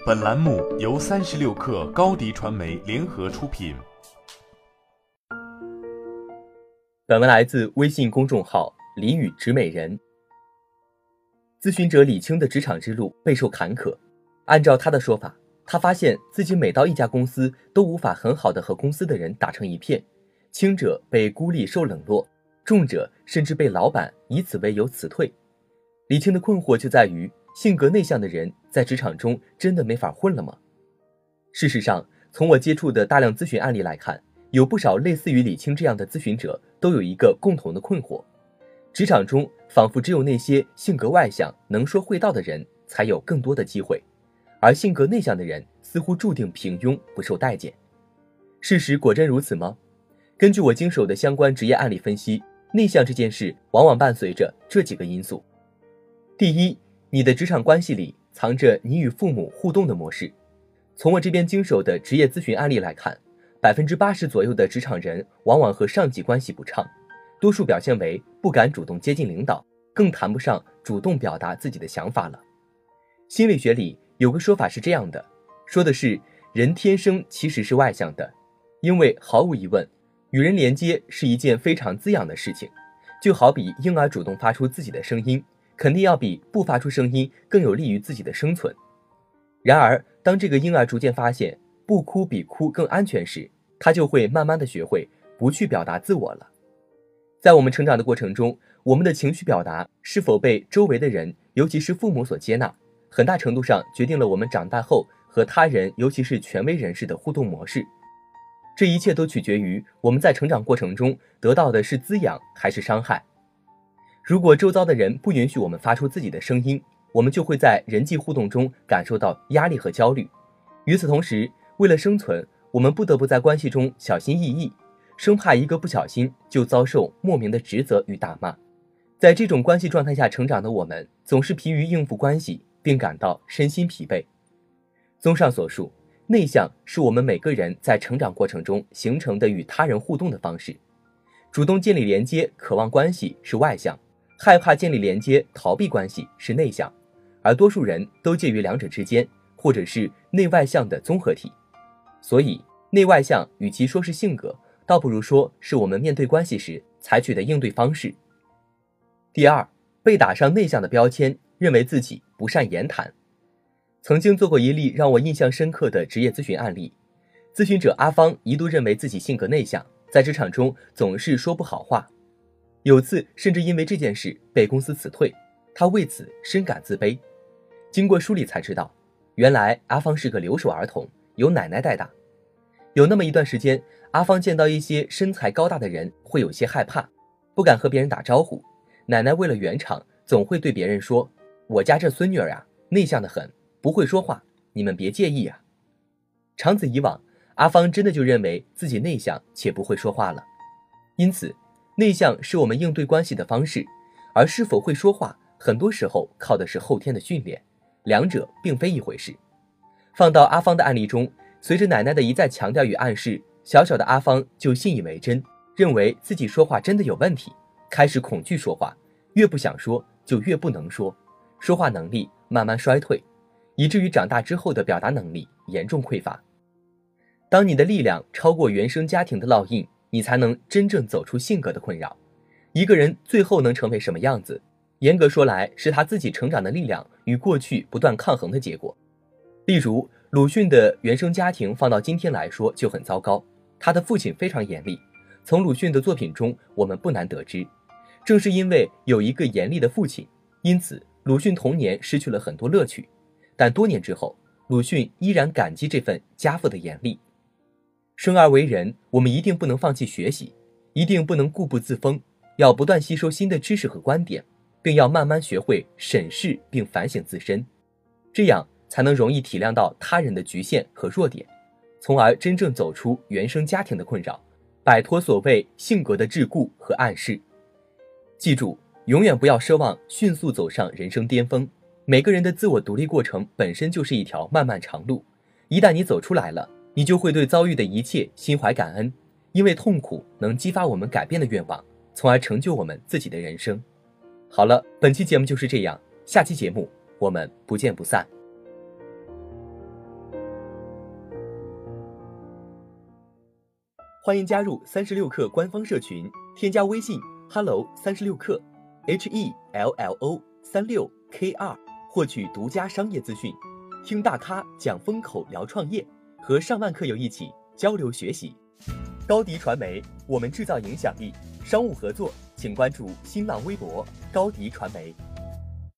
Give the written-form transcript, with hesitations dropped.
本栏目由36氪高迪传媒联合出品。 本文来自微信公众号李宇植美人。咨询者李青的职场之路备受坎坷。按照他的说法，他发现自己每到一家公司都无法很好的和公司的人打成一片，轻者被孤立受冷落，重者甚至被老板以此为由辞退。李青的困惑就在于，性格内向的人在职场中真的没法混了吗？事实上，从我接触的大量咨询案例来看，有不少类似于李青这样的咨询者都有一个共同的困惑：职场中仿佛只有那些性格外向、能说会道的人才有更多的机会，而性格内向的人似乎注定平庸，不受待见。事实果真如此吗？根据我经手的相关职业案例分析，内向这件事往往伴随着这几个因素。第一，你的职场关系里藏着你与父母互动的模式。从我这边经手的职业咨询案例来看，80%左右的职场人往往和上级关系不畅，多数表现为不敢主动接近领导，更谈不上主动表达自己的想法了。心理学里有个说法是这样的，说的是人天生其实是外向的，因为毫无疑问，与人连接是一件非常滋养的事情，就好比婴儿主动发出自己的声音，肯定要比不发出声音更有利于自己的生存。然而，当这个婴儿逐渐发现不哭比哭更安全时，他就会慢慢的学会不去表达自我了。在我们成长的过程中，我们的情绪表达是否被周围的人，尤其是父母所接纳，很大程度上决定了我们长大后和他人，尤其是权威人士的互动模式。这一切都取决于我们在成长过程中得到的是滋养还是伤害。如果周遭的人不允许我们发出自己的声音，我们就会在人际互动中感受到压力和焦虑。与此同时，为了生存，我们不得不在关系中小心翼翼，生怕一个不小心就遭受莫名的指责与打骂。在这种关系状态下成长的我们，总是疲于应付关系，并感到身心疲惫。综上所述，内向是我们每个人在成长过程中形成的与他人互动的方式。主动建立连接、渴望关系是外向，害怕建立连接、逃避关系是内向，而多数人都介于两者之间，或者是内外向的综合体。所以，内外向与其说是性格，倒不如说是我们面对关系时采取的应对方式。第二，被打上内向的标签，认为自己不善言谈。曾经做过一例让我印象深刻的职业咨询案例，咨询者阿芳一度认为自己性格内向，在职场中总是说不好话，有次甚至因为这件事被公司辞退，她为此深感自卑。经过梳理才知道，原来阿芳是个留守儿童，由奶奶带大。有那么一段时间，阿芳见到一些身材高大的人会有些害怕，不敢和别人打招呼。奶奶为了圆场，总会对别人说：“我家这孙女儿啊，内向得很，不会说话，你们别介意啊。”长此以往，阿芳真的就认为自己内向且不会说话了。因此，内向是我们应对关系的方式，而是否会说话，很多时候靠的是后天的训练，两者并非一回事。放到阿芳的案例中，随着奶奶的一再强调与暗示，小小的阿芳就信以为真，认为自己说话真的有问题，开始恐惧说话，越不想说就越不能说，说话能力慢慢衰退，以至于长大之后的表达能力严重匮乏。当你的力量超过原生家庭的烙印，你才能真正走出性格的困扰。一个人最后能成为什么样子，严格说来是他自己成长的力量与过去不断抗衡的结果。例如，鲁迅的原生家庭放到今天来说就很糟糕，他的父亲非常严厉，从鲁迅的作品中我们不难得知，正是因为有一个严厉的父亲，因此鲁迅童年失去了很多乐趣，但多年之后，鲁迅依然感激这份家父的严厉。生而为人，我们一定不能放弃学习，一定不能固步自封，要不断吸收新的知识和观点，并要慢慢学会审视并反省自身，这样才能容易体谅到他人的局限和弱点，从而真正走出原生家庭的困扰，摆脱所谓性格的桎梏和暗示。记住，永远不要奢望迅速走上人生巅峰，每个人的自我独立过程本身就是一条漫漫长路，一旦你走出来了，你就会对遭遇的一切心怀感恩，因为痛苦能激发我们改变的愿望，从而成就我们自己的人生。好了，本期节目就是这样，下期节目我们不见不散。 欢迎加入36课官方社群，添加微信 hello 36课 HELLO36K2，获取独家商业资讯，听大咖讲风口聊创业，和上万课友一起交流学习。高迪传媒，我们制造影响力。商务合作请关注新浪微博高迪传媒。